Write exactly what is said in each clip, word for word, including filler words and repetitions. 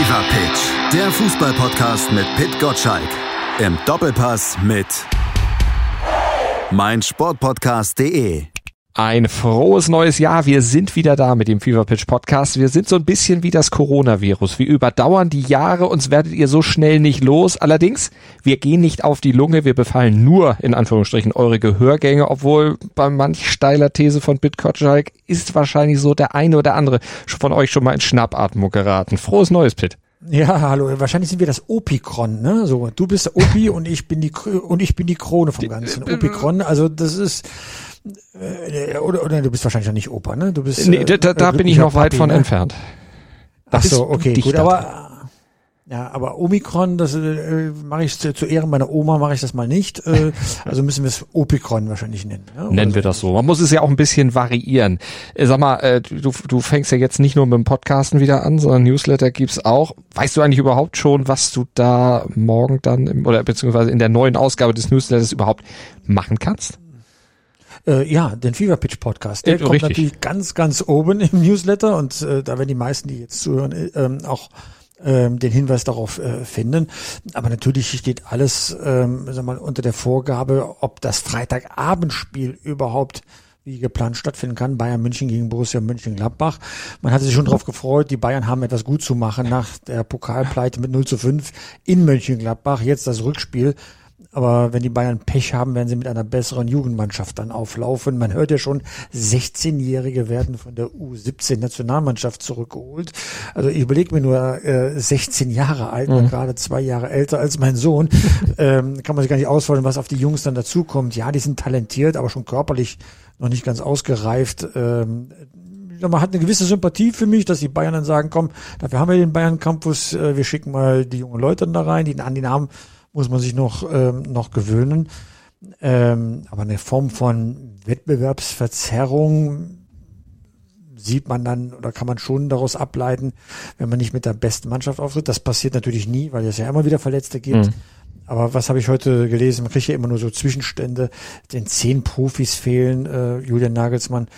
Fever Pitch, der Fußball-Podcast mit Pit Gottschalk. Im Doppelpass mit meinsportpodcast punkt de. Ein frohes neues Jahr. Wir sind wieder da mit dem Fever Pitch Podcast. Wir sind so ein bisschen wie das Coronavirus. Wir überdauern die Jahre, uns werdet ihr so schnell nicht los. Allerdings, wir gehen nicht auf die Lunge. Wir befallen nur, in Anführungsstrichen, eure Gehörgänge, obwohl bei manch steiler These von Pit Gottschalk ist wahrscheinlich so der eine oder andere von euch schon mal in Schnappatmung geraten. Frohes neues, Pit. Ja, hallo. Wahrscheinlich sind wir das Opikron, ne? So, du bist der Opi und ich bin die und ich bin die Krone vom Ganzen. Opikron, also das ist äh, oder oder du bist wahrscheinlich noch nicht Opa, ne? Du bist Nee, da, da äh, bin ich noch weit Papi, von ne? entfernt. Da Ach so, bist du okay, dichter gut, aber ja, aber Omikron, das äh, mache ich zu, zu Ehren meiner Oma, mache ich das mal nicht. Äh, also müssen wir es Opikron wahrscheinlich nennen. Ja? Nennen Oder wir das so. Man muss es ja auch ein bisschen variieren. Äh, Sag mal, äh, du, du fängst ja jetzt nicht nur mit dem Podcasten wieder an, sondern Newsletter gibt's auch. Weißt du eigentlich überhaupt schon, was du da morgen dann im, oder beziehungsweise in der neuen Ausgabe des Newsletters überhaupt machen kannst? Äh, ja, den Fever Pitch Podcast, der Äh, kommt richtig. natürlich ganz, ganz oben im Newsletter und äh, da werden die meisten, die jetzt zuhören, äh, ähm, auch ähm, den Hinweis darauf äh, finden. Aber natürlich steht alles, ähm, sag mal, unter der Vorgabe, ob das Freitagabendspiel überhaupt wie geplant stattfinden kann. Bayern München gegen Borussia Mönchengladbach. Man hatte sich schon darauf gefreut, die Bayern haben etwas gut zu machen nach der Pokalpleite mit null zu fünf in Mönchengladbach. Jetzt das Rückspiel. Aber wenn die Bayern Pech haben, werden sie mit einer besseren Jugendmannschaft dann auflaufen. Man hört ja schon, sechzehnjährige werden von der U siebzehn Nationalmannschaft zurückgeholt. Also ich überlege mir nur, äh, sechzehn Jahre alt, mhm. gerade zwei Jahre älter als mein Sohn, ähm, kann man sich gar nicht ausfallen, was auf die Jungs dann dazukommt. Ja, die sind talentiert, aber schon körperlich noch nicht ganz ausgereift. Ähm, man hat eine gewisse Sympathie für mich, dass die Bayern dann sagen, komm, dafür haben wir den Bayern Campus, äh, wir schicken mal die jungen Leute da rein, die an die Namen muss man sich noch ähm, noch gewöhnen. Ähm, aber eine Form von Wettbewerbsverzerrung sieht man dann oder kann man schon daraus ableiten, wenn man nicht mit der besten Mannschaft auftritt. Das passiert natürlich nie, weil es ja immer wieder Verletzte gibt. Mhm. Aber was habe ich heute gelesen? Man kriegt ja immer nur so Zwischenstände. Den zehn Profis fehlen. Äh, Julian Nagelsmann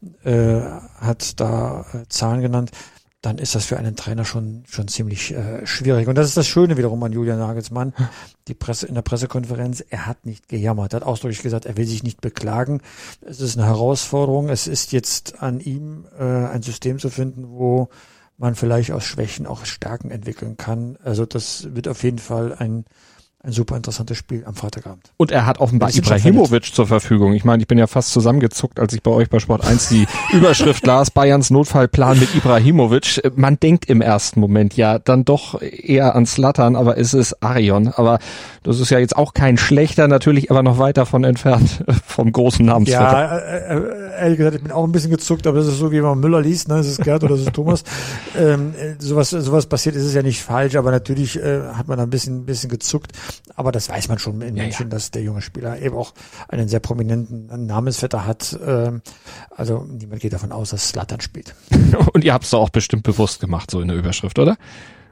äh, hat da äh, Zahlen genannt. Dann ist das für einen Trainer schon schon ziemlich äh, schwierig. Und das ist das Schöne wiederum an Julian Nagelsmann. Die Presse in der Pressekonferenz, er hat nicht gejammert. Er hat ausdrücklich gesagt, er will sich nicht beklagen. Es ist eine Herausforderung. Es ist jetzt an ihm, äh, ein System zu finden, wo man vielleicht aus Schwächen auch Stärken entwickeln kann. Also das wird auf jeden Fall ein Ein super interessantes Spiel am Freitagabend. Und er hat offenbar Ibrahimovic zur Verfügung. Ich meine, ich bin ja fast zusammengezuckt, als ich bei euch bei Sport eins die Überschrift las, Bayerns Notfallplan mit Ibrahimovic. Man denkt im ersten Moment ja dann doch eher an Zlatan, aber es ist Arion. Aber das ist ja jetzt auch kein schlechter, natürlich aber noch weit davon entfernt vom großen Namensvetter. Ja, äh, ehrlich gesagt, ich bin auch ein bisschen gezuckt, aber das ist so, wie man Müller liest, ne? Das ist Gerd oder das ist Thomas. ähm, sowas, sowas passiert, ist es ja nicht falsch, aber natürlich äh, hat man da ein bisschen, ein bisschen gezuckt. Aber das weiß man schon in ja, München, ja. dass der junge Spieler eben auch einen sehr prominenten Namensvetter hat. Ähm, also niemand geht davon aus, dass Zlatan spielt. Und ihr habt es doch auch bestimmt bewusst gemacht, so in der Überschrift, oder?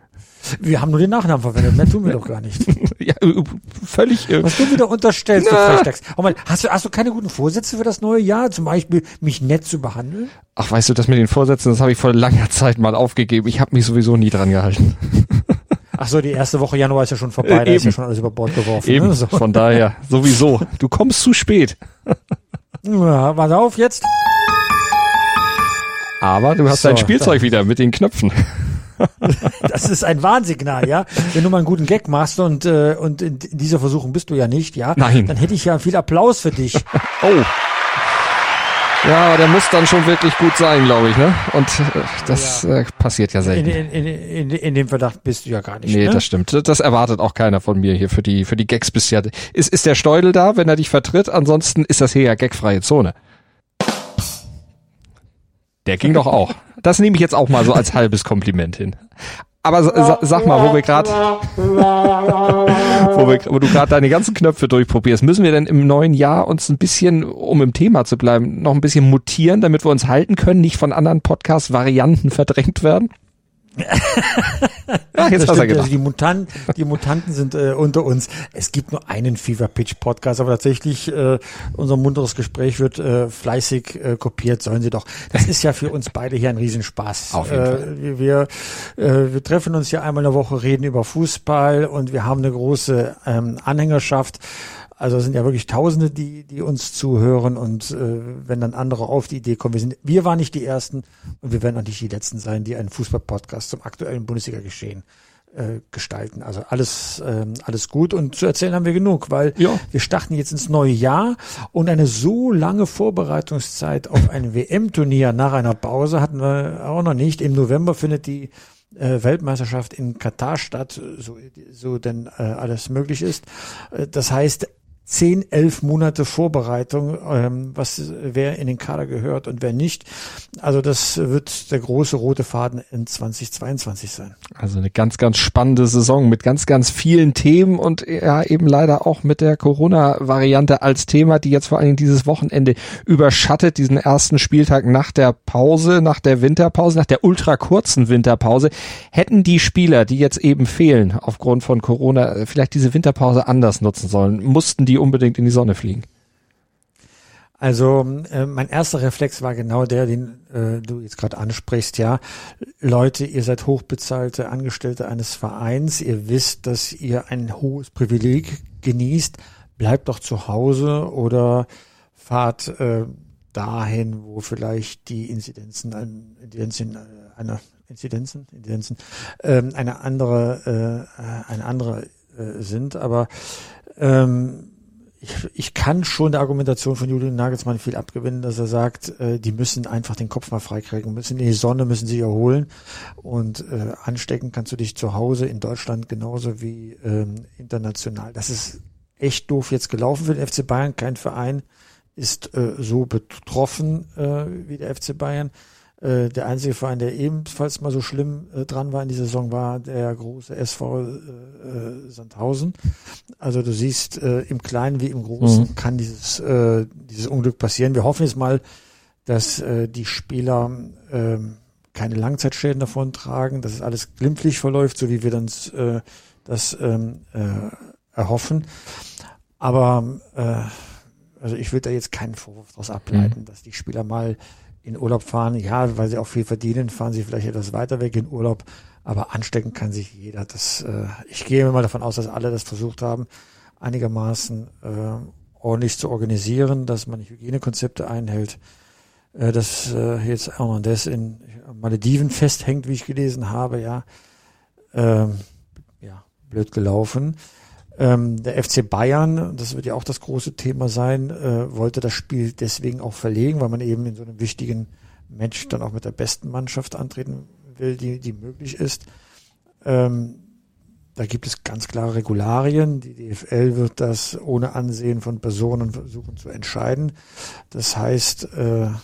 Wir haben nur den Nachnamen verwendet, mehr tun wir doch gar nicht. Ja, völlig. Äh, Was du wieder unterstellst, Na. du Frechdachs. Oh Mann, hast du, hast du keine guten Vorsätze für das neue Jahr? Zum Beispiel, mich nett zu behandeln? Ach, weißt du, das mit den Vorsätzen, das habe ich vor langer Zeit mal aufgegeben. Ich habe mich sowieso nie dran gehalten. Ach so, die erste Woche Januar ist ja schon vorbei, äh, da ist ja schon alles über Bord geworfen. Eben, ne? So. Von daher, sowieso. Du kommst zu spät. Ja, pass auf jetzt. Aber du hast so, dein Spielzeug wieder mit den Knöpfen. Das ist ein Warnsignal, ja. Wenn du mal einen guten Gag machst und äh, und in dieser Versuchung bist du ja nicht, ja. Nein. Dann hätte ich ja viel Applaus für dich. Oh. Ja, der muss dann schon wirklich gut sein, glaube ich, ne? Und äh, das ja. äh, passiert ja selten. In, in, in, in dem Verdacht bist du ja gar nicht. Nee, ne? Das stimmt. Das erwartet auch keiner von mir hier für die für die Gags bisher. Ist, ist der Steudel da, wenn er dich vertritt? Ansonsten ist das hier ja gagfreie Zone. Der ging doch auch. Das nehme ich jetzt auch mal so als halbes Kompliment hin. Aber sa- sag mal, wo wir gerade, wo, wir, wo du gerade deine ganzen Knöpfe durchprobierst, müssen wir denn im neuen Jahr uns ein bisschen, um im Thema zu bleiben, noch ein bisschen mutieren, damit wir uns halten können, nicht von anderen Podcast-Varianten verdrängt werden? Ja, jetzt hast du gedacht. Also die, Mutanten, die Mutanten sind äh, unter uns. Es gibt nur einen Fever Pitch Podcast, aber tatsächlich äh, unser munteres Gespräch wird äh, fleißig äh, kopiert. Sollen sie doch. Das ist ja für uns beide hier ein Riesenspaß. Auf jeden äh, Fall. Wir, äh, wir treffen uns ja einmal in der Woche, reden über Fußball und wir haben eine große ähm, Anhängerschaft. Also es sind ja wirklich Tausende, die die uns zuhören und äh, wenn dann andere auf die Idee kommen, wir sind, wir waren nicht die Ersten und wir werden auch nicht die Letzten sein, die einen Fußball-Podcast zum aktuellen Bundesliga-Geschehen äh, gestalten. Also alles ähm, alles gut und zu erzählen haben wir genug, weil ja. wir starten jetzt ins neue Jahr und eine so lange Vorbereitungszeit auf ein W M-Turnier nach einer Pause hatten wir auch noch nicht. Im November findet die äh, Weltmeisterschaft in Katar statt, so, so denn äh, alles möglich ist. Äh, das heißt, zehn, elf Monate Vorbereitung, ähm, was wer in den Kader gehört und wer nicht. Also das wird der große rote Faden in zwanzig zweiundzwanzig sein. Also eine ganz, ganz spannende Saison mit ganz, ganz vielen Themen und ja eben leider auch mit der Corona-Variante als Thema, die jetzt vor allen Dingen dieses Wochenende überschattet, diesen ersten Spieltag nach der Pause, nach der Winterpause, nach der ultra kurzen Winterpause. Hätten die Spieler, die jetzt eben fehlen aufgrund von Corona, vielleicht diese Winterpause anders nutzen sollen? Mussten die unbedingt in die Sonne fliegen? Also äh, mein erster Reflex war genau der, den äh, du jetzt gerade ansprichst. Ja, Leute, ihr seid hochbezahlte Angestellte eines Vereins. Ihr wisst, dass ihr ein hohes Privileg genießt. Bleibt doch zu Hause oder fahrt äh, dahin, wo vielleicht die Inzidenzen, ein, Inzidenzen äh, einer Inzidenzen, Inzidenzen ähm, eine andere, äh, eine andere äh, sind. Aber ähm, Ich, ich kann schon der Argumentation von Julian Nagelsmann viel abgewinnen, dass er sagt, äh, die müssen einfach den Kopf mal freikriegen, müssen in die Sonne, müssen sich erholen und äh, anstecken kannst du dich zu Hause in Deutschland genauso wie ähm, international. Das ist echt doof jetzt gelaufen für den F C Bayern. Kein Verein ist äh, so betroffen äh, wie der F C Bayern. Äh, der einzige Verein, der ebenfalls mal so schlimm äh, dran war in dieser Saison, war der große S V äh, Sandhausen. Also du siehst, äh, im Kleinen wie im Großen mhm. kann dieses äh, dieses Unglück passieren. Wir hoffen jetzt mal, dass äh, die Spieler äh, keine Langzeitschäden davon tragen, dass es alles glimpflich verläuft, so wie wir uns äh, das ähm, äh, erhoffen. Aber äh, also ich würde da jetzt keinen Vorwurf daraus ableiten, mhm. dass die Spieler mal in Urlaub fahren, ja, weil sie auch viel verdienen, fahren sie vielleicht etwas weiter weg in Urlaub, aber anstecken kann sich jeder. Das, äh, ich gehe mal davon aus, dass alle das versucht haben, einigermaßen äh, ordentlich zu organisieren, dass man Hygienekonzepte einhält, äh, dass äh, jetzt Hernandez in Malediven festhängt, wie ich gelesen habe, ja, ähm, ja, blöd gelaufen. Ähm, der F C Bayern, das wird ja auch das große Thema sein, äh, wollte das Spiel deswegen auch verlegen, weil man eben in so einem wichtigen Match dann auch mit der besten Mannschaft antreten will, die, die möglich ist. Ähm, da gibt es ganz klare Regularien. Die D F L wird das ohne Ansehen von Personen versuchen zu entscheiden. Das heißt, äh, äh,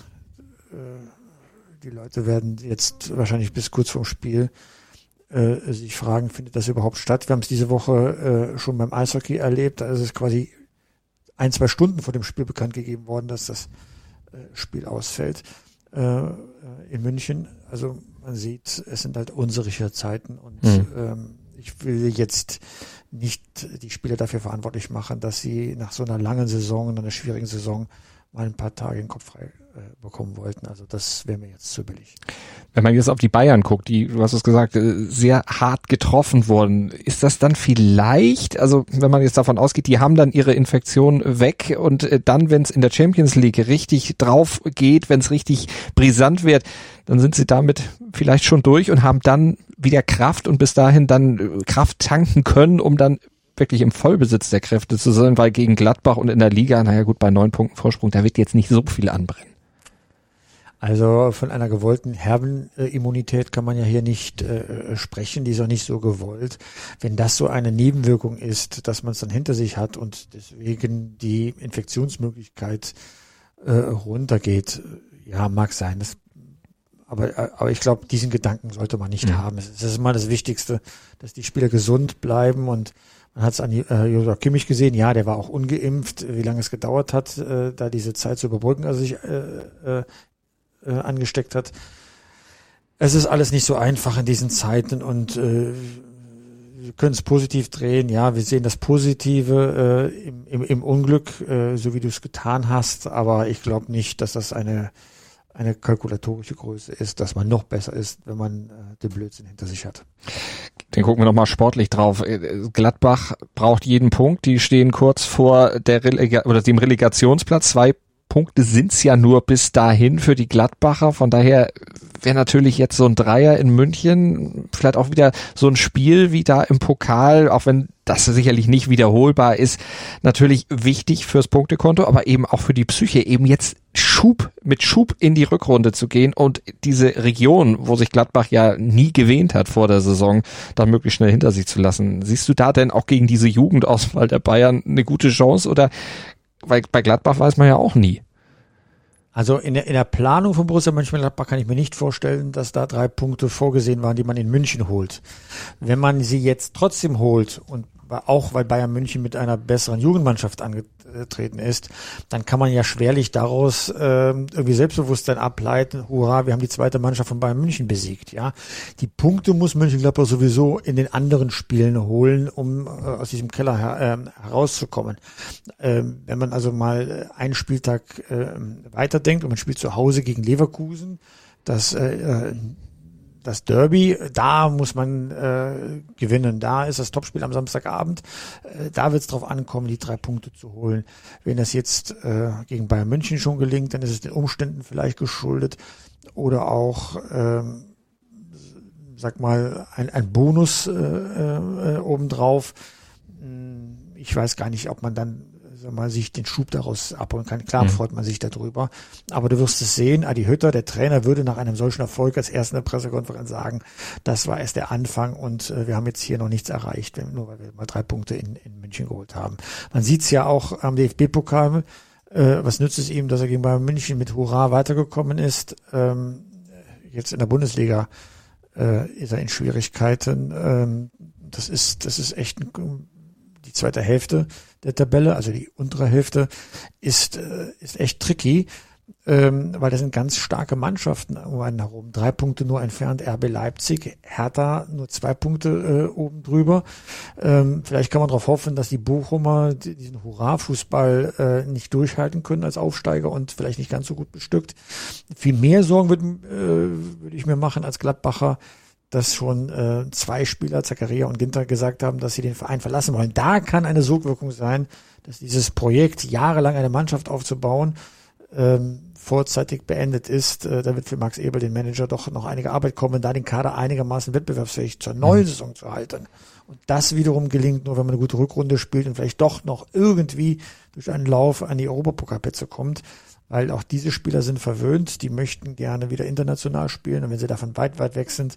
die Leute werden jetzt wahrscheinlich bis kurz vorm Spiel Äh, sich fragen, findet das überhaupt statt? Wir haben es diese Woche äh, schon beim Eishockey erlebt. Da ist es quasi ein, zwei Stunden vor dem Spiel bekannt gegeben worden, dass das äh, Spiel ausfällt äh, in München. Also man sieht, es sind halt unsichere Zeiten und mhm. ähm, ich will jetzt nicht die Spieler dafür verantwortlich machen, dass sie nach so einer langen Saison, einer schwierigen Saison mal ein paar Tage den Kopf frei äh, bekommen wollten. Also das wäre mir jetzt zu billig. Wenn man jetzt auf die Bayern guckt, die, du hast es gesagt, sehr hart getroffen wurden, ist das dann vielleicht, also wenn man jetzt davon ausgeht, die haben dann ihre Infektion weg und dann, wenn es in der Champions League richtig drauf geht, wenn es richtig brisant wird, dann sind sie damit vielleicht schon durch und haben dann wieder Kraft und bis dahin dann Kraft tanken können, um dann wirklich im Vollbesitz der Kräfte zu sein, weil gegen Gladbach und in der Liga, naja gut, bei neun Punkten Vorsprung, da wird jetzt nicht so viel anbrennen. Also von einer gewollten Herdenimmunität kann man ja hier nicht äh, sprechen, die ist auch nicht so gewollt. Wenn das so eine Nebenwirkung ist, dass man es dann hinter sich hat und deswegen die Infektionsmöglichkeit äh, runtergeht, ja, mag sein. Das, aber, aber ich glaube, diesen Gedanken sollte man nicht mhm. haben. Es ist mal das Wichtigste, dass die Spieler gesund bleiben und man hat es an äh, Joshua Kimmich gesehen, ja, der war auch ungeimpft, wie lange es gedauert hat, äh, da diese Zeit zu überbrücken, also sich äh, äh, äh, angesteckt hat. Es ist alles nicht so einfach in diesen Zeiten und äh, wir können es positiv drehen. Ja, wir sehen das Positive äh, im, im, im Unglück, äh, so wie du es getan hast. Aber ich glaube nicht, dass das eine eine kalkulatorische Größe ist, dass man noch besser ist, wenn man äh, den Blödsinn hinter sich hat. Dann gucken wir nochmal sportlich drauf. Gladbach braucht jeden Punkt. Die stehen kurz vor der Relega- oder dem Relegationsplatz. Zwei Punkte sind's ja nur bis dahin für die Gladbacher. Von daher wäre natürlich jetzt so ein Dreier in München vielleicht auch wieder so ein Spiel wie da im Pokal, auch wenn das sicherlich nicht wiederholbar ist, natürlich wichtig fürs Punktekonto, aber eben auch für die Psyche, eben jetzt Schub, mit Schub in die Rückrunde zu gehen und diese Region, wo sich Gladbach ja nie gewähnt hat vor der Saison, dann möglichst schnell hinter sich zu lassen. Siehst du da denn auch gegen diese Jugendauswahl der Bayern eine gute Chance oder, weil bei Gladbach weiß man ja auch nie. Also in der, in der Planung von Borussia Mönchengladbach kann ich mir nicht vorstellen, dass da drei Punkte vorgesehen waren, die man in München holt. Wenn man sie jetzt trotzdem holt und auch weil Bayern München mit einer besseren Jugendmannschaft angetreten ist, dann kann man ja schwerlich daraus äh, irgendwie Selbstbewusstsein ableiten, hurra, wir haben die zweite Mannschaft von Bayern München besiegt. Ja, die Punkte muss Mönchengladbach sowieso in den anderen Spielen holen, um äh, aus diesem Keller her, äh, herauszukommen. Äh, wenn man also mal einen Spieltag äh, weiterdenkt und man spielt zu Hause gegen Leverkusen, das äh, Das Derby, da muss man äh, gewinnen. Da ist das Topspiel am Samstagabend. Äh, da wird es drauf ankommen, die drei Punkte zu holen. Wenn das jetzt äh, gegen Bayern München schon gelingt, dann ist es den Umständen vielleicht geschuldet oder auch, ähm, sag mal, ein, ein Bonus äh, äh, obendrauf. Ich weiß gar nicht, ob man dann mal sich den Schub daraus abholen kann. Klar, mhm. freut man sich darüber. Aber du wirst es sehen, Adi Hütter, der Trainer, würde nach einem solchen Erfolg als erster in der Pressekonferenz sagen, das war erst der Anfang und äh, wir haben jetzt hier noch nichts erreicht, nur weil wir mal drei Punkte in, in München geholt haben. Man sieht es ja auch am D F B-Pokal. Äh, was nützt es ihm, dass er gegen Bayern München mit Hurra weitergekommen ist? Ähm, jetzt in der Bundesliga äh, ist er in Schwierigkeiten. Ähm, das ist, das ist echt ein die zweite Hälfte der Tabelle, also die untere Hälfte, ist äh, ist echt tricky, ähm, weil da sind ganz starke Mannschaften um einen herum. Drei Punkte nur entfernt, R B Leipzig, Hertha nur zwei Punkte äh, oben drüber. Ähm, vielleicht kann man darauf hoffen, dass die Bochumer diesen Hurra-Fußball äh, nicht durchhalten können als Aufsteiger und vielleicht nicht ganz so gut bestückt. Viel mehr Sorgen würde äh, würd ich mir machen als Gladbacher, dass schon äh, zwei Spieler, Zakaria und Ginter, gesagt haben, dass sie den Verein verlassen wollen. Da kann eine Sogwirkung sein, dass dieses Projekt, jahrelang eine Mannschaft aufzubauen, ähm, vorzeitig beendet ist. Äh, da wird für Max Eberl, den Manager, doch noch einige Arbeit kommen, da den Kader einigermaßen wettbewerbsfähig zur neuen Saison zu halten. Und das wiederum gelingt nur, wenn man eine gute Rückrunde spielt und vielleicht doch noch irgendwie durch einen Lauf an die Europapokalplätze kommt. Weil auch diese Spieler sind verwöhnt, die möchten gerne wieder international spielen und wenn sie davon weit, weit weg sind,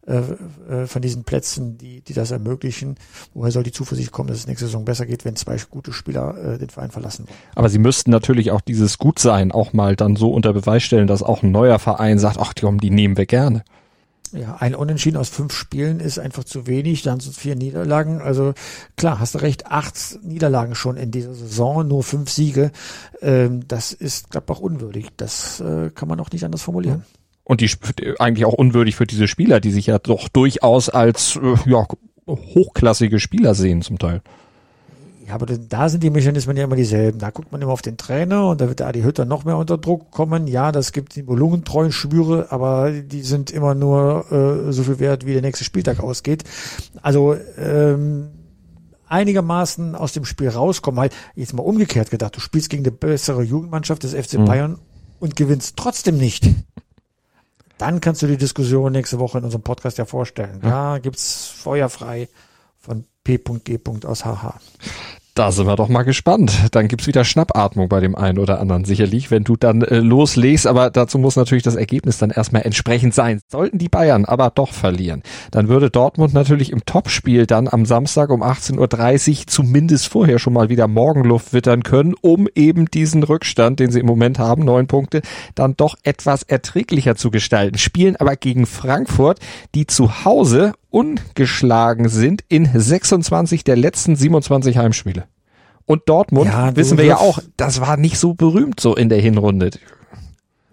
von diesen Plätzen, die die das ermöglichen. Woher soll die Zuversicht kommen, dass es nächste Saison besser geht, wenn zwei gute Spieler äh, den Verein verlassen wollen? Aber sie müssten natürlich auch dieses Gutsein auch mal dann so unter Beweis stellen, dass auch ein neuer Verein sagt, ach komm, die nehmen wir gerne. Ja, ein Unentschieden aus fünf Spielen ist einfach zu wenig, dann sind es vier Niederlagen. Also klar, hast du recht, acht Niederlagen schon in dieser Saison, nur fünf Siege. Ähm, das ist Gladbach unwürdig. Das äh, kann man auch nicht anders formulieren. Ja. Und die eigentlich auch unwürdig für diese Spieler, die sich ja doch durchaus als ja, hochklassige Spieler sehen zum Teil. Ja, aber da sind die Mechanismen ja immer dieselben. Da guckt man immer auf den Trainer und da wird der Adi Hütter noch mehr unter Druck kommen. Ja, das gibt die Volumentreuen Schwüre, aber die sind immer nur äh, so viel wert, wie der nächste Spieltag ausgeht. Also ähm, einigermaßen aus dem Spiel rauskommen. Halt jetzt mal umgekehrt gedacht, du spielst gegen eine bessere Jugendmannschaft des F C Bayern mhm. und gewinnst trotzdem nicht. Dann kannst du die Diskussion nächste Woche in unserem Podcast ja vorstellen. Da gibt's feuerfrei von P G aus H H. Da sind wir doch mal gespannt. Dann gibt's wieder Schnappatmung bei dem einen oder anderen sicherlich, wenn du dann äh, loslegst. Aber dazu muss natürlich das Ergebnis dann erstmal entsprechend sein. Sollten die Bayern aber doch verlieren, dann würde Dortmund natürlich im Topspiel dann am Samstag um achtzehn Uhr dreißig zumindest vorher schon mal wieder Morgenluft wittern können, um eben diesen Rückstand, den sie im Moment haben, neun Punkte, dann doch etwas erträglicher zu gestalten. Spielen aber gegen Frankfurt, die zu Hause ungeschlagen sind in sechsundzwanzig der letzten siebenundzwanzig Heimspiele. Und Dortmund, ja, wissen wir ja auch, das war nicht so berühmt so in der Hinrunde.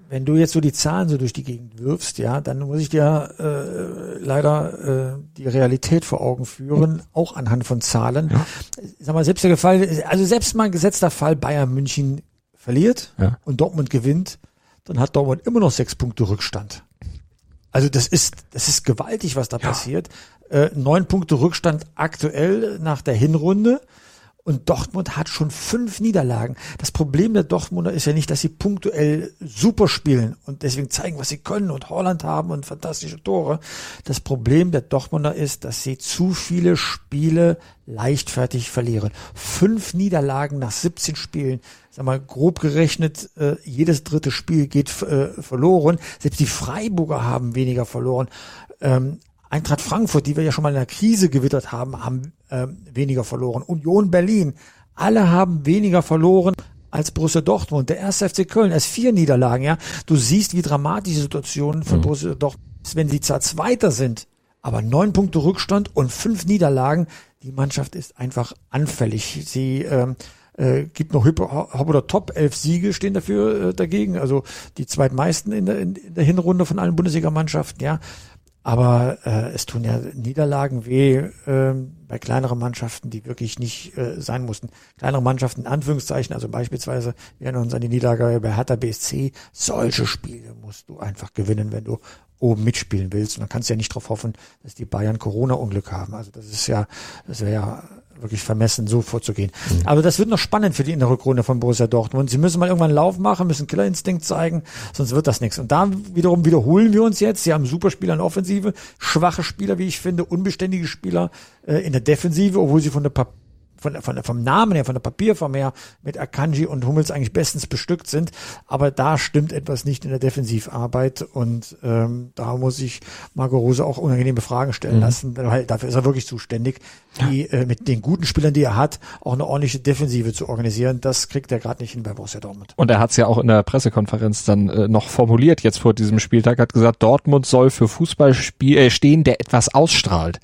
wenn du jetzt so die Zahlen so durch die Gegend wirfst, ja, dann muss ich dir äh, leider äh, die Realität vor Augen führen, auch anhand von Zahlen. Ja. Sag mal, selbst der Fall, also selbst mal ein gesetzter Fall, Bayern München verliert ja. und Dortmund gewinnt, dann hat Dortmund immer noch sechs Punkte Rückstand. Also das ist, das ist gewaltig, was da ja. passiert. Äh, neun Punkte Rückstand aktuell nach der Hinrunde. Und Dortmund hat schon fünf Niederlagen. Das Problem der Dortmunder ist ja nicht, dass sie punktuell super spielen und deswegen zeigen, was sie können und Haaland haben und fantastische Tore. Das Problem der Dortmunder ist, dass sie zu viele Spiele leichtfertig verlieren. Fünf Niederlagen nach siebzehn Spielen. Sag mal, grob gerechnet, äh, jedes dritte Spiel geht äh, verloren. Selbst die Freiburger haben weniger verloren. Ähm, Eintracht Frankfurt, die wir ja schon mal in der Krise gewittert haben, haben äh, weniger verloren. Union Berlin, alle haben weniger verloren als Borussia Dortmund. Der erste F C Köln, erst vier Niederlagen. Ja, du siehst, wie dramatisch die Situation von mhm. Borussia Dortmund ist, wenn sie zwar Zweiter sind, aber neun Punkte Rückstand und fünf Niederlagen. Die Mannschaft ist einfach anfällig. Sie ähm, äh, gibt noch Hop oder Top, elf Siege stehen dafür äh, dagegen. Also die zweitmeisten in der, in, in der Hinrunde von allen Bundesligamannschaften. Ja. Aber äh, es tun ja Niederlagen weh äh, bei kleineren Mannschaften, die wirklich nicht äh, sein mussten. Kleinere Mannschaften in Anführungszeichen, also beispielsweise, wir erinnern uns an die Niederlage bei Hertha B S C. Solche Spiele musst du einfach gewinnen, wenn du oben mitspielen willst. Und dann kannst du ja nicht darauf hoffen, dass die Bayern Corona-Unglück haben. Also das ist ja, das wäre ja wirklich vermessen, so vorzugehen. Mhm. Aber das wird noch spannend für die in der Rückrunde von Borussia Dortmund. Sie müssen mal irgendwann einen Lauf machen, müssen Killerinstinkt zeigen, sonst wird das nichts. Und da wiederum wiederholen wir uns jetzt. Sie haben super Spieler in der Offensive, schwache Spieler, wie ich finde, unbeständige Spieler äh, in der Defensive, obwohl sie von der Pap- Von, von, vom Namen her, von der Papierform her mit Akanji und Hummels eigentlich bestens bestückt sind. Aber da stimmt etwas nicht in der Defensivarbeit und ähm, da muss ich Marco Rose auch unangenehme Fragen stellen mhm. lassen, weil dafür ist er wirklich zuständig, die äh, mit den guten Spielern, die er hat, auch eine ordentliche Defensive zu organisieren. Das kriegt er gerade nicht hin bei Borussia Dortmund. Und er hat es ja auch in der Pressekonferenz dann äh, noch formuliert, jetzt vor diesem Spieltag, hat gesagt, Dortmund soll für Fußball spiel, äh, stehen, der etwas ausstrahlt.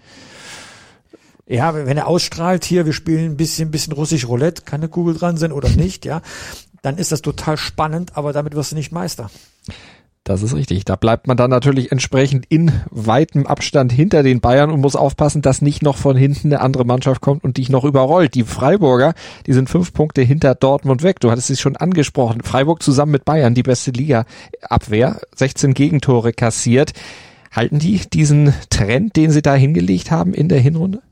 Ja, wenn er ausstrahlt, hier, wir spielen ein bisschen, bisschen russisch Roulette, kann eine Kugel dran sein oder nicht, ja, dann ist das total spannend, aber damit wirst du nicht Meister. Das ist richtig. Da bleibt man dann natürlich entsprechend in weitem Abstand hinter den Bayern und muss aufpassen, dass nicht noch von hinten eine andere Mannschaft kommt und dich noch überrollt. Die Freiburger, die sind fünf Punkte hinter Dortmund weg. Du hattest es schon angesprochen. Freiburg zusammen mit Bayern, die beste Liga-Abwehr, sechzehn Gegentore kassiert. Halten die diesen Trend, den sie da hingelegt haben in der Hinrunde?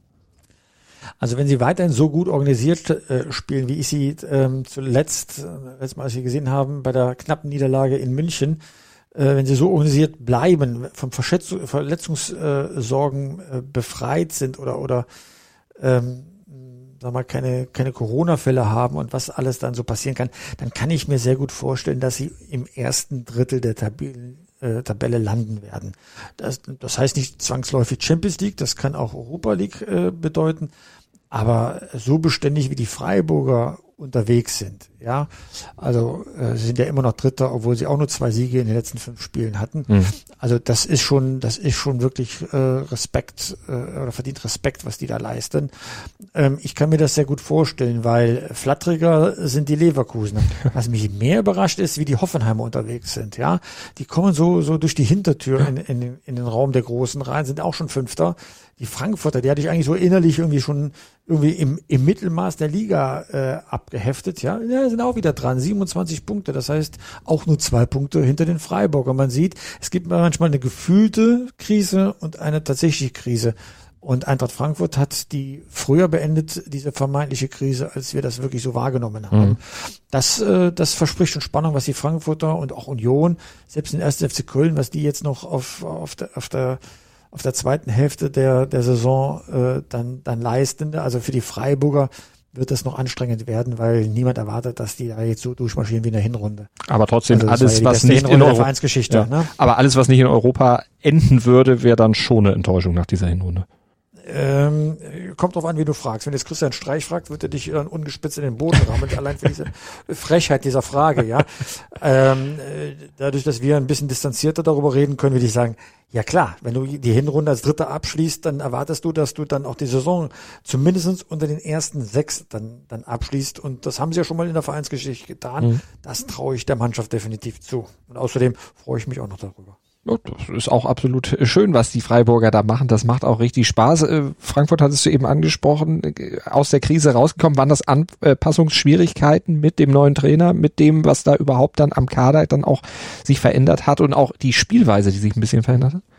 Also wenn sie weiterhin so gut organisiert äh, spielen, wie ich sie ähm, zuletzt, äh, letztes Mal, als wir gesehen haben, bei der knappen Niederlage in München, äh, wenn sie so organisiert bleiben, von Verschätz- Verletzungssorgen äh, befreit sind oder oder ähm, sag mal keine keine Corona-Fälle haben und was alles dann so passieren kann, dann kann ich mir sehr gut vorstellen, dass sie im ersten Drittel der Tabellen Äh, Tabelle landen werden. Das, das heißt nicht zwangsläufig Champions League, das kann auch Europa League äh, bedeuten, aber so beständig wie die Freiburger unterwegs sind, ja, also äh, sie sind ja immer noch Dritter, obwohl sie auch nur zwei Siege in den letzten fünf Spielen hatten. Mhm. Also das ist schon, das ist schon wirklich äh, Respekt äh, oder verdient Respekt, was die da leisten. Ähm, ich kann mir das sehr gut vorstellen, weil flatteriger sind die Leverkusener. Was mich mehr überrascht ist, wie die Hoffenheimer unterwegs sind, ja, die kommen so so durch die Hintertür in, in, in den Raum der Großen rein, sind auch schon Fünfter. Die Frankfurter, die hatte ich eigentlich so innerlich irgendwie schon irgendwie im, im Mittelmaß der Liga äh, abgeheftet, ja, ja, sind auch wieder dran, siebenundzwanzig Punkte, das heißt auch nur zwei Punkte hinter den Freiburger. Man sieht, es gibt manchmal eine gefühlte Krise und eine tatsächliche Krise. Und Eintracht Frankfurt hat die früher beendet, diese vermeintliche Krise, als wir das wirklich so wahrgenommen haben. Mhm. Das, äh, das verspricht schon Spannung, was die Frankfurter und auch Union, selbst den ersten F C Köln, was die jetzt noch auf, auf der, auf der auf der zweiten Hälfte der der Saison äh, dann dann leisten. Also für die Freiburger wird das noch anstrengend werden, weil niemand erwartet, dass die da jetzt so durchmarschieren wie in der Hinrunde. Aber trotzdem also alles, was nicht in Europa, Vereinsgeschichte, ja. ne? Aber alles, was nicht in Europa enden würde, wäre dann schon eine Enttäuschung nach dieser Hinrunde. Ähm, kommt drauf an, wie du fragst. Wenn jetzt Christian Streich fragt, wird er dich dann ungespitzt in den Boden rammen, allein für diese Frechheit dieser Frage, ja. Ähm, dadurch, dass wir ein bisschen distanzierter darüber reden können, würde ich sagen, ja klar, wenn du die Hinrunde als Dritter abschließt, dann erwartest du, dass du dann auch die Saison zumindest unter den ersten sechs dann, dann abschließt. Und das haben sie ja schon mal in der Vereinsgeschichte getan. Mhm. Das traue ich der Mannschaft definitiv zu. Und außerdem freue ich mich auch noch darüber. Ja, das ist auch absolut schön, was die Freiburger da machen. Das macht auch richtig Spaß. Frankfurt hattest du eben angesprochen, aus der Krise rausgekommen. Waren das Anpassungsschwierigkeiten mit dem neuen Trainer, mit dem, was da überhaupt dann am Kader dann auch sich verändert hat und auch die Spielweise, die sich ein bisschen verändert hat?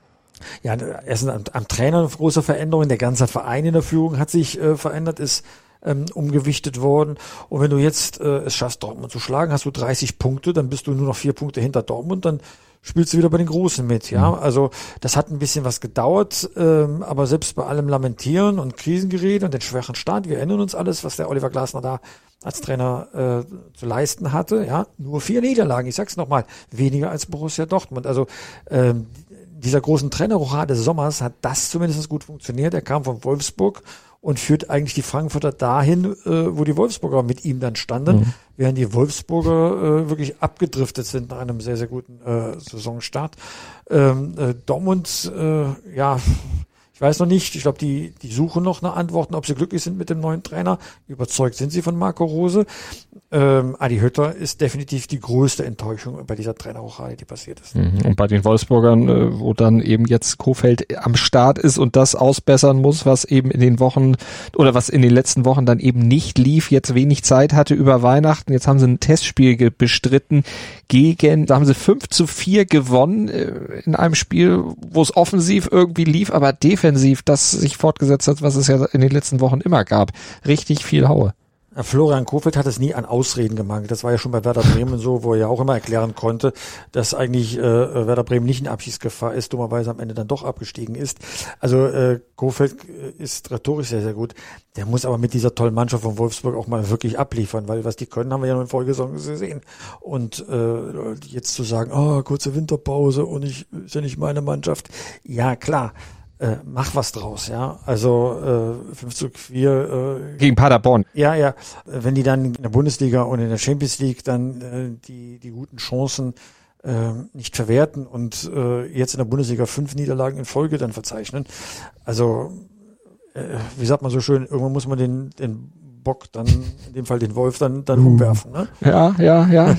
Ja, erstens am, am Trainer eine große Veränderung. Der ganze Verein in der Führung hat sich äh, verändert, ist ähm, umgewichtet worden. Und wenn du jetzt äh, es schaffst, Dortmund zu schlagen, hast du dreißig Punkte, dann bist du nur noch vier Punkte hinter Dortmund, dann spielst du wieder bei den Großen mit, ja. Also das hat ein bisschen was gedauert, ähm, aber selbst bei allem Lamentieren und Krisengerede und den schwachen Start, wir erinnern uns alles, was der Oliver Glasner da als Trainer äh, zu leisten hatte, ja. Nur vier Niederlagen, ich sag's nochmal, weniger als Borussia Dortmund. Also ähm, dieser großen Trainerrochade des Sommers hat das zumindest gut funktioniert. Er kam von Wolfsburg und führt eigentlich die Frankfurter dahin, äh, wo die Wolfsburger mit ihm dann standen, mhm. während die Wolfsburger äh, wirklich abgedriftet sind nach einem sehr, sehr guten äh, Saisonstart. Ähm, äh, Dortmund, äh, ja, ich weiß noch nicht, ich glaube, die die suchen noch nach Antworten, ob sie glücklich sind mit dem neuen Trainer. Überzeugt sind sie von Marco Rose. Ähm, Adi Hütter ist definitiv die größte Enttäuschung bei dieser Trainerrochade, die passiert ist. Und bei den Wolfsburgern, wo dann eben jetzt Kohfeldt am Start ist und das ausbessern muss, was eben in den Wochen oder was in den letzten Wochen dann eben nicht lief, jetzt wenig Zeit hatte über Weihnachten. Jetzt haben sie ein Testspiel bestritten gegen, da haben sie fünf zu vier gewonnen in einem Spiel, wo es offensiv irgendwie lief, aber defensiv das sich fortgesetzt hat, was es ja in den letzten Wochen immer gab. Richtig viel Haue. Florian Kohfeldt hat es nie an Ausreden gemangelt. Das war ja schon bei Werder Bremen so, wo er ja auch immer erklären konnte, dass eigentlich äh, Werder Bremen nicht in Abstiegsgefahr ist, dummerweise am Ende dann doch abgestiegen ist. Also äh, Kohfeldt ist rhetorisch sehr, sehr gut. Der muss aber mit dieser tollen Mannschaft von Wolfsburg auch mal wirklich abliefern, weil was die können, haben wir ja noch in Folgesaison gesehen. Und äh, jetzt zu sagen, oh, kurze Winterpause und ich ist ja nicht meine Mannschaft. Ja, klar. Äh, mach was draus, ja. Also äh, fünf zu vier äh, gegen Paderborn. Ja, ja. Wenn die dann in der Bundesliga und in der Champions League dann äh, die die guten Chancen äh, nicht verwerten und äh, jetzt in der Bundesliga fünf Niederlagen in Folge dann verzeichnen. Also äh, wie sagt man so schön, irgendwann muss man den den Bock dann, in dem Fall den Wolf, dann dann uh. umwerfen, ne? Ja, ja, ja.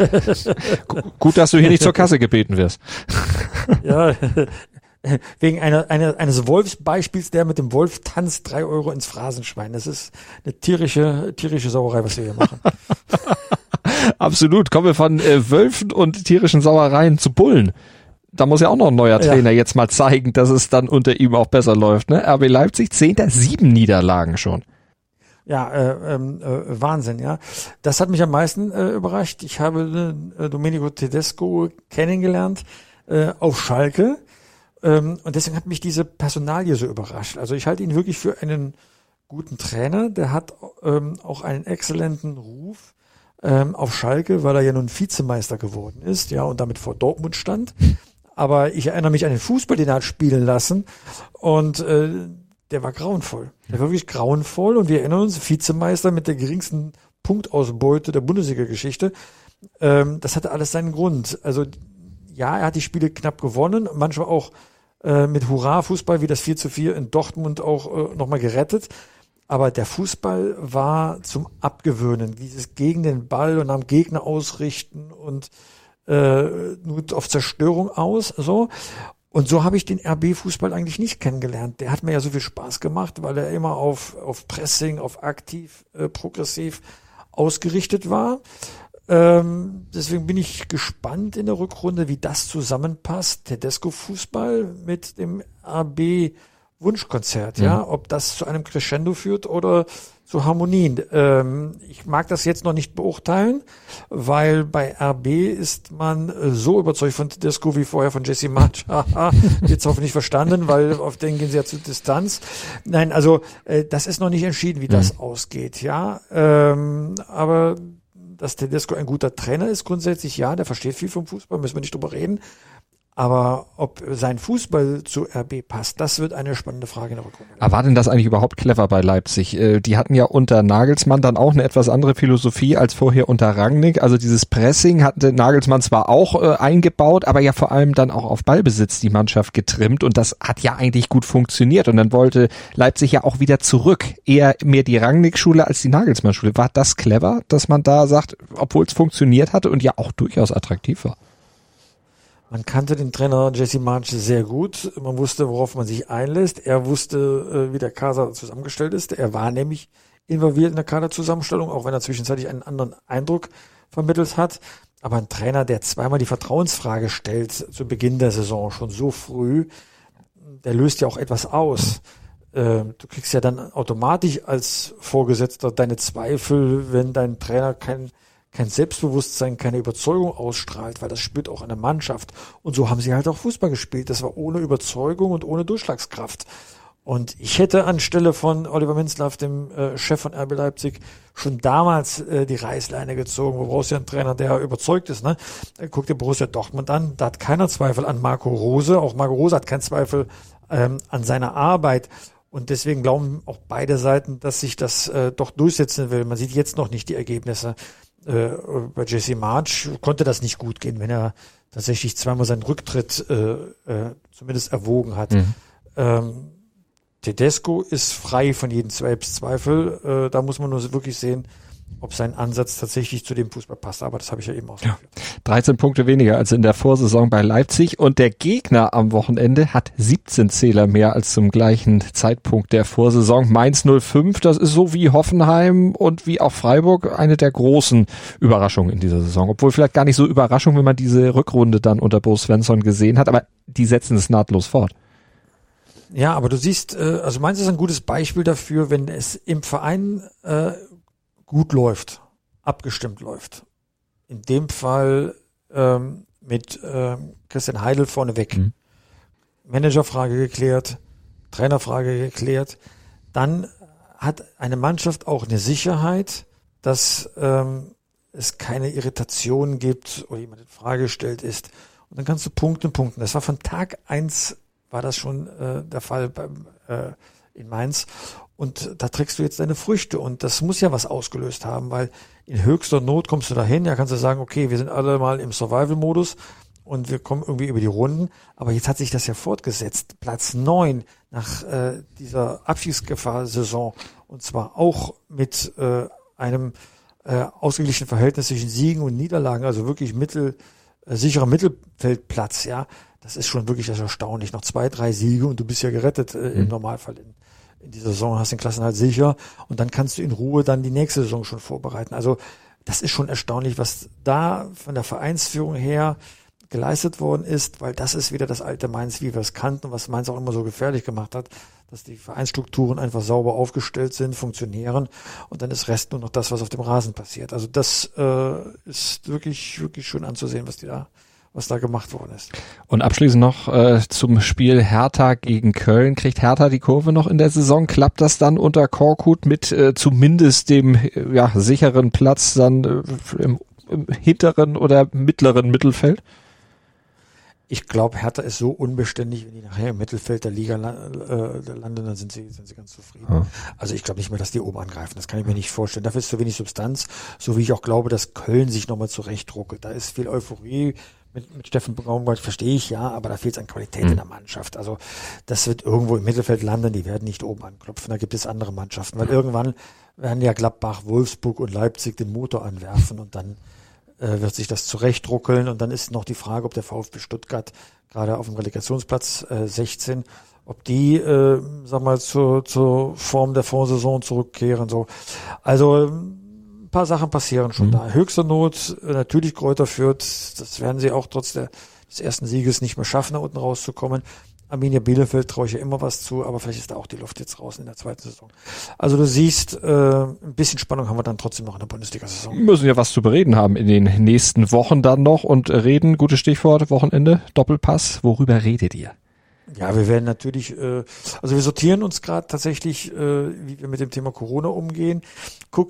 Gut, dass du hier nicht zur Kasse gebeten wirst. Ja. Wegen einer, einer, eines Wolfsbeispiels, der mit dem Wolf tanzt, drei Euro ins Phrasenschwein. Das ist eine tierische, tierische Sauerei, was wir hier machen. Absolut. Kommen wir von äh, Wölfen und tierischen Sauereien zu Bullen. Da muss ja auch noch ein neuer Trainer ja. jetzt mal zeigen, dass es dann unter ihm auch besser läuft, ne? R B Leipzig, zehnter, sieben Niederlagen schon. Ja, äh, äh, Wahnsinn, ja. Das hat mich am meisten äh, überrascht. Ich habe äh, Domenico Tedesco kennengelernt äh, auf Schalke. Ähm, und deswegen hat mich diese Personalie so überrascht. Also ich halte ihn wirklich für einen guten Trainer. Der hat ähm, auch einen exzellenten Ruf ähm, auf Schalke, weil er ja nun Vizemeister geworden ist, ja, und damit vor Dortmund stand. Aber ich erinnere mich an den Fußball, den er hat spielen lassen. Und äh, der war grauenvoll. Der war wirklich grauenvoll. Und wir erinnern uns, Vizemeister mit der geringsten Punktausbeute der Bundesliga-Geschichte. Ähm, das hatte alles seinen Grund. Also ja, er hat die Spiele knapp gewonnen, manchmal auch äh, mit Hurra-Fußball, wie das vier zu vier in Dortmund auch äh, nochmal gerettet. Aber der Fußball war zum Abgewöhnen. Dieses gegen den Ball und am Gegner ausrichten und äh, nur auf Zerstörung aus. So. Und so habe ich den R B-Fußball eigentlich nicht kennengelernt. Der hat mir ja so viel Spaß gemacht, weil er immer auf, auf Pressing, auf aktiv, äh, progressiv ausgerichtet war. Ähm, deswegen bin ich gespannt in der Rückrunde, wie das zusammenpasst. Tedesco-Fußball mit dem R B-Wunschkonzert, mhm. ja, ob das zu einem Crescendo führt oder zu Harmonien. Ähm, ich mag das jetzt noch nicht beurteilen, weil bei R B ist man äh, so überzeugt von Tedesco wie vorher von Jesse Marsch. Jetzt hoffentlich verstanden, weil auf den gehen sie ja zu Distanz. Nein, also äh, das ist noch nicht entschieden, wie mhm. das ausgeht, ja. Ähm, aber dass Tedesco ein guter Trainer ist, grundsätzlich ja, der versteht viel vom Fußball, müssen wir nicht drüber reden. Aber ob sein Fußball zu R B passt, das wird eine spannende Frage in der Rückrunde. Aber war denn das eigentlich überhaupt clever bei Leipzig? Die hatten ja unter Nagelsmann dann auch eine etwas andere Philosophie als vorher unter Rangnick. Also dieses Pressing hatte Nagelsmann zwar auch äh, eingebaut, aber ja vor allem dann auch auf Ballbesitz die Mannschaft getrimmt. Und das hat ja eigentlich gut funktioniert. Und dann wollte Leipzig ja auch wieder zurück. Eher mehr die Rangnick-Schule als die Nagelsmann-Schule. War das clever, dass man da sagt, obwohl es funktioniert hatte und ja auch durchaus attraktiv war? Man kannte den Trainer Jesse Marsch sehr gut. Man wusste, worauf man sich einlässt. Er wusste, wie der Kader zusammengestellt ist. Er war nämlich involviert in der Kaderzusammenstellung, auch wenn er zwischenzeitlich einen anderen Eindruck vermittelt hat. Aber ein Trainer, der zweimal die Vertrauensfrage stellt zu Beginn der Saison, schon so früh, der löst ja auch etwas aus. Du kriegst ja dann automatisch als Vorgesetzter deine Zweifel, wenn dein Trainer kein kein Selbstbewusstsein, keine Überzeugung ausstrahlt, weil das spürt auch eine Mannschaft. Und so haben sie halt auch Fußball gespielt. Das war ohne Überzeugung und ohne Durchschlagskraft. Und ich hätte anstelle von Oliver Minzlaff, dem äh, Chef von R B Leipzig, schon damals äh, die Reißleine gezogen. Wo brauchst du ja einen Trainer, der überzeugt ist, ne? Guck dir Borussia Dortmund an, da hat keiner Zweifel an Marco Rose. Auch Marco Rose hat keinen Zweifel ähm, an seiner Arbeit. Und deswegen glauben auch beide Seiten, dass sich das äh, doch durchsetzen will. Man sieht jetzt noch nicht die Ergebnisse. Äh, bei Jesse Marsch konnte das nicht gut gehen, wenn er tatsächlich zweimal seinen Rücktritt äh, äh, zumindest erwogen hat. Mhm. Ähm, Tedesco ist frei von jedem Selbstzweifel. Äh, da muss man nur wirklich sehen, ob sein Ansatz tatsächlich zu dem Fußball passt. Aber das habe ich ja eben ausgeführt. Ja. dreizehn Punkte weniger als in der Vorsaison bei Leipzig. Und der Gegner am Wochenende hat siebzehn Zähler mehr als zum gleichen Zeitpunkt der Vorsaison. Mainz null fünf, das ist so wie Hoffenheim und wie auch Freiburg eine der großen Überraschungen in dieser Saison. Obwohl vielleicht gar nicht so Überraschung, wenn man diese Rückrunde dann unter Bo Svensson gesehen hat. Aber die setzen es nahtlos fort. Ja, aber du siehst, also Mainz ist ein gutes Beispiel dafür, wenn es im Verein äh, gut läuft, abgestimmt läuft. In dem Fall ähm, mit ähm, Christian Heidel vorneweg. Mhm. Managerfrage geklärt, Trainerfrage geklärt. Dann hat eine Mannschaft auch eine Sicherheit, dass ähm, es keine Irritationen gibt oder jemand in Frage gestellt ist. Und dann kannst du punkten, punkten. Das war von Tag eins, war das schon äh, der Fall beim, äh, in Mainz. Und da trägst du jetzt deine Früchte. Und das muss ja was ausgelöst haben, weil in höchster Not kommst du dahin. Ja, kannst du sagen, okay, wir sind alle mal im Survival-Modus und wir kommen irgendwie über die Runden. Aber jetzt hat sich das ja fortgesetzt. Platz neun nach äh, dieser Abstiegsgefahr-Saison. Und zwar auch mit äh, einem äh, ausgeglichenen Verhältnis zwischen Siegen und Niederlagen. Also wirklich mittel, äh, sicherer Mittelfeldplatz, ja. Das ist schon wirklich erstaunlich. Noch zwei, drei Siege und du bist ja gerettet äh, im Normalfall in in dieser Saison, hast den Klassenerhalt sicher und dann kannst du in Ruhe dann die nächste Saison schon vorbereiten. Also das ist schon erstaunlich, was da von der Vereinsführung her geleistet worden ist, weil das ist wieder das alte Mainz, wie wir es kannten und was Mainz auch immer so gefährlich gemacht hat, dass die Vereinsstrukturen einfach sauber aufgestellt sind, funktionieren und dann ist Rest nur noch das, was auf dem Rasen passiert. Also das äh, ist wirklich, wirklich schön anzusehen, was die da was da gemacht worden ist. Und abschließend noch äh, zum Spiel Hertha gegen Köln. Kriegt Hertha die Kurve noch in der Saison? Klappt das dann unter Korkut mit äh, zumindest dem äh, ja, sicheren Platz dann äh, im, im hinteren oder mittleren Mittelfeld? Ich glaube, Hertha ist so unbeständig, wenn die nachher im Mittelfeld der Liga äh, landen, dann sind sie, sind sie ganz zufrieden. Hm. Also ich glaube nicht mehr, dass die oben angreifen. Das kann ich mir nicht vorstellen. Dafür ist zu wenig Substanz. So wie ich auch glaube, dass Köln sich nochmal zurechtruckelt. Da ist viel Euphorie. Mit, mit Steffen Baumgart verstehe ich, ja, aber da fehlt es an Qualität mhm. in der Mannschaft. Also das wird irgendwo im Mittelfeld landen, die werden nicht oben anklopfen, da gibt es andere Mannschaften, weil mhm. irgendwann werden ja Gladbach, Wolfsburg und Leipzig den Motor anwerfen und dann äh, wird sich das zurechtruckeln und dann ist noch die Frage, ob der VfB Stuttgart gerade auf dem Relegationsplatz äh, sechzehn, ob die, äh, sag mal, zur, zur Form der Vorsaison zurückkehren, so. Also, ein paar Sachen passieren schon mhm. da. Höchster Not, natürlich Kräuter Fürth, das werden sie auch trotz der, des ersten Sieges nicht mehr schaffen, da unten rauszukommen. Arminia Bielefeld traue ich ja immer was zu, aber vielleicht ist da auch die Luft jetzt raus in der zweiten Saison. Also du siehst, äh, ein bisschen Spannung haben wir dann trotzdem noch in der Bundesliga-Saison. Wir müssen ja was zu bereden haben in den nächsten Wochen dann noch und reden, gutes Stichwort, Wochenende, Doppelpass, worüber redet ihr? Ja, wir werden natürlich, äh, also wir sortieren uns gerade tatsächlich, äh, wie wir mit dem Thema Corona umgehen. Guck,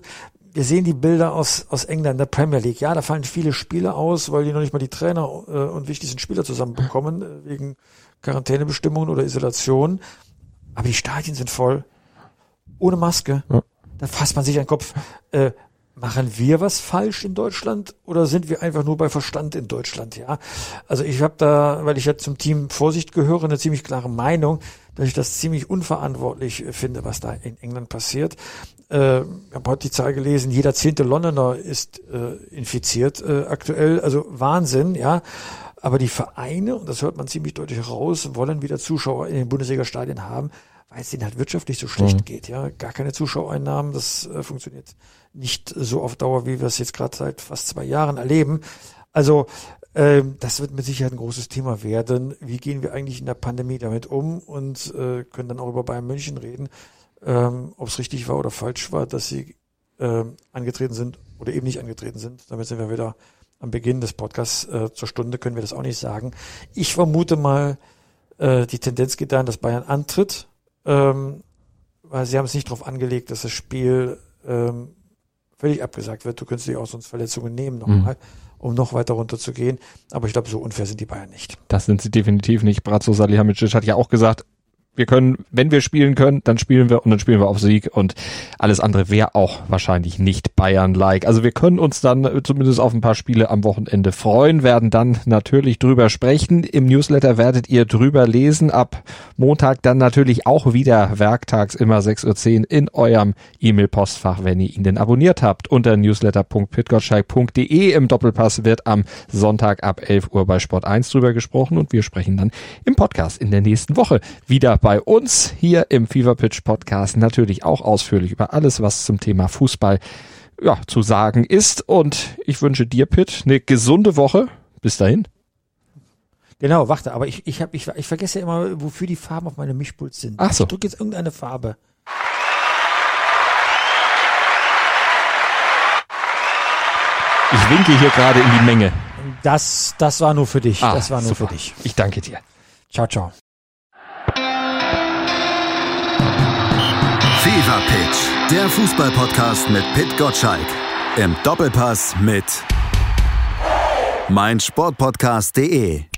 wir sehen die Bilder aus, aus England, der Premier League. Ja, da fallen viele Spiele aus, weil die noch nicht mal die Trainer äh, und wichtigsten Spieler zusammenbekommen, äh, wegen Quarantänebestimmungen oder Isolation. Aber die Stadien sind voll. Ohne Maske. Ja. Da fasst man sich an den Kopf. Äh, machen wir was falsch in Deutschland oder sind wir einfach nur bei Verstand in Deutschland? Ja, also ich habe da, weil ich ja zum Team Vorsicht gehöre, eine ziemlich klare Meinung, dass ich das ziemlich unverantwortlich finde, was da in England passiert. Äh, ich habe heute die Zahl gelesen, jeder zehnte Londoner ist äh, infiziert äh, aktuell, also Wahnsinn, ja. Aber die Vereine, und das hört man ziemlich deutlich raus, wollen wieder Zuschauer in den Bundesliga-Stadien haben, weil es denen halt wirtschaftlich so schlecht mhm. geht, ja. Gar keine Zuschauereinnahmen, das äh, funktioniert nicht so auf Dauer, wie wir es jetzt gerade seit fast zwei Jahren erleben. Also ähm, das wird mit Sicherheit ein großes Thema werden. Wie gehen wir eigentlich in der Pandemie damit um und äh, können dann auch über Bayern München reden, ähm, ob es richtig war oder falsch war, dass sie äh, angetreten sind oder eben nicht angetreten sind. Damit sind wir wieder am Beginn des Podcasts. Äh, zur Stunde können wir das auch nicht sagen. Ich vermute mal, äh, die Tendenz geht dahin, dass Bayern antritt, ähm, weil sie haben es nicht darauf angelegt, dass das Spiel ähm, völlig abgesagt wird. Du könntest dich auch sonst Verletzungen nehmen nochmal, mhm. um noch weiter runter zu gehen. Aber ich glaube, so unfair sind die Bayern nicht. Das sind sie definitiv nicht. Bratzo Salihamidzic hat ja auch gesagt, wir können, wenn wir spielen können, dann spielen wir und dann spielen wir auf Sieg und alles andere wäre auch wahrscheinlich nicht Bayern-like. Also wir können uns dann zumindest auf ein paar Spiele am Wochenende freuen, werden dann natürlich drüber sprechen. Im Newsletter werdet ihr drüber lesen. Ab Montag dann natürlich auch wieder werktags immer sechs Uhr zehn in eurem E-Mail-Postfach, wenn ihr ihn denn abonniert habt. Unter newsletter punkt pitgottschalk punkt de im Doppelpass wird am Sonntag ab elf Uhr bei Sport eins drüber gesprochen und wir sprechen dann im Podcast in der nächsten Woche wieder bei uns hier im Fever Pitch Podcast natürlich auch ausführlich über alles, was zum Thema Fußball ja, zu sagen ist. Und ich wünsche dir, Pitt, eine gesunde Woche. Bis dahin. Genau, warte, aber ich, ich, hab, ich, ich vergesse ja immer, wofür die Farben auf meinem Mischpult sind. Ach so. Ich drücke jetzt irgendeine Farbe. Ich winke hier gerade in die Menge. Das, das war nur für dich. Ah, das war nur super. für dich. Ich danke dir. Ciao, ciao. Fever Pitch, der Fußball-Podcast mit Pit Gottschalk. Im Doppelpass mit meinsportpodcast punkt de.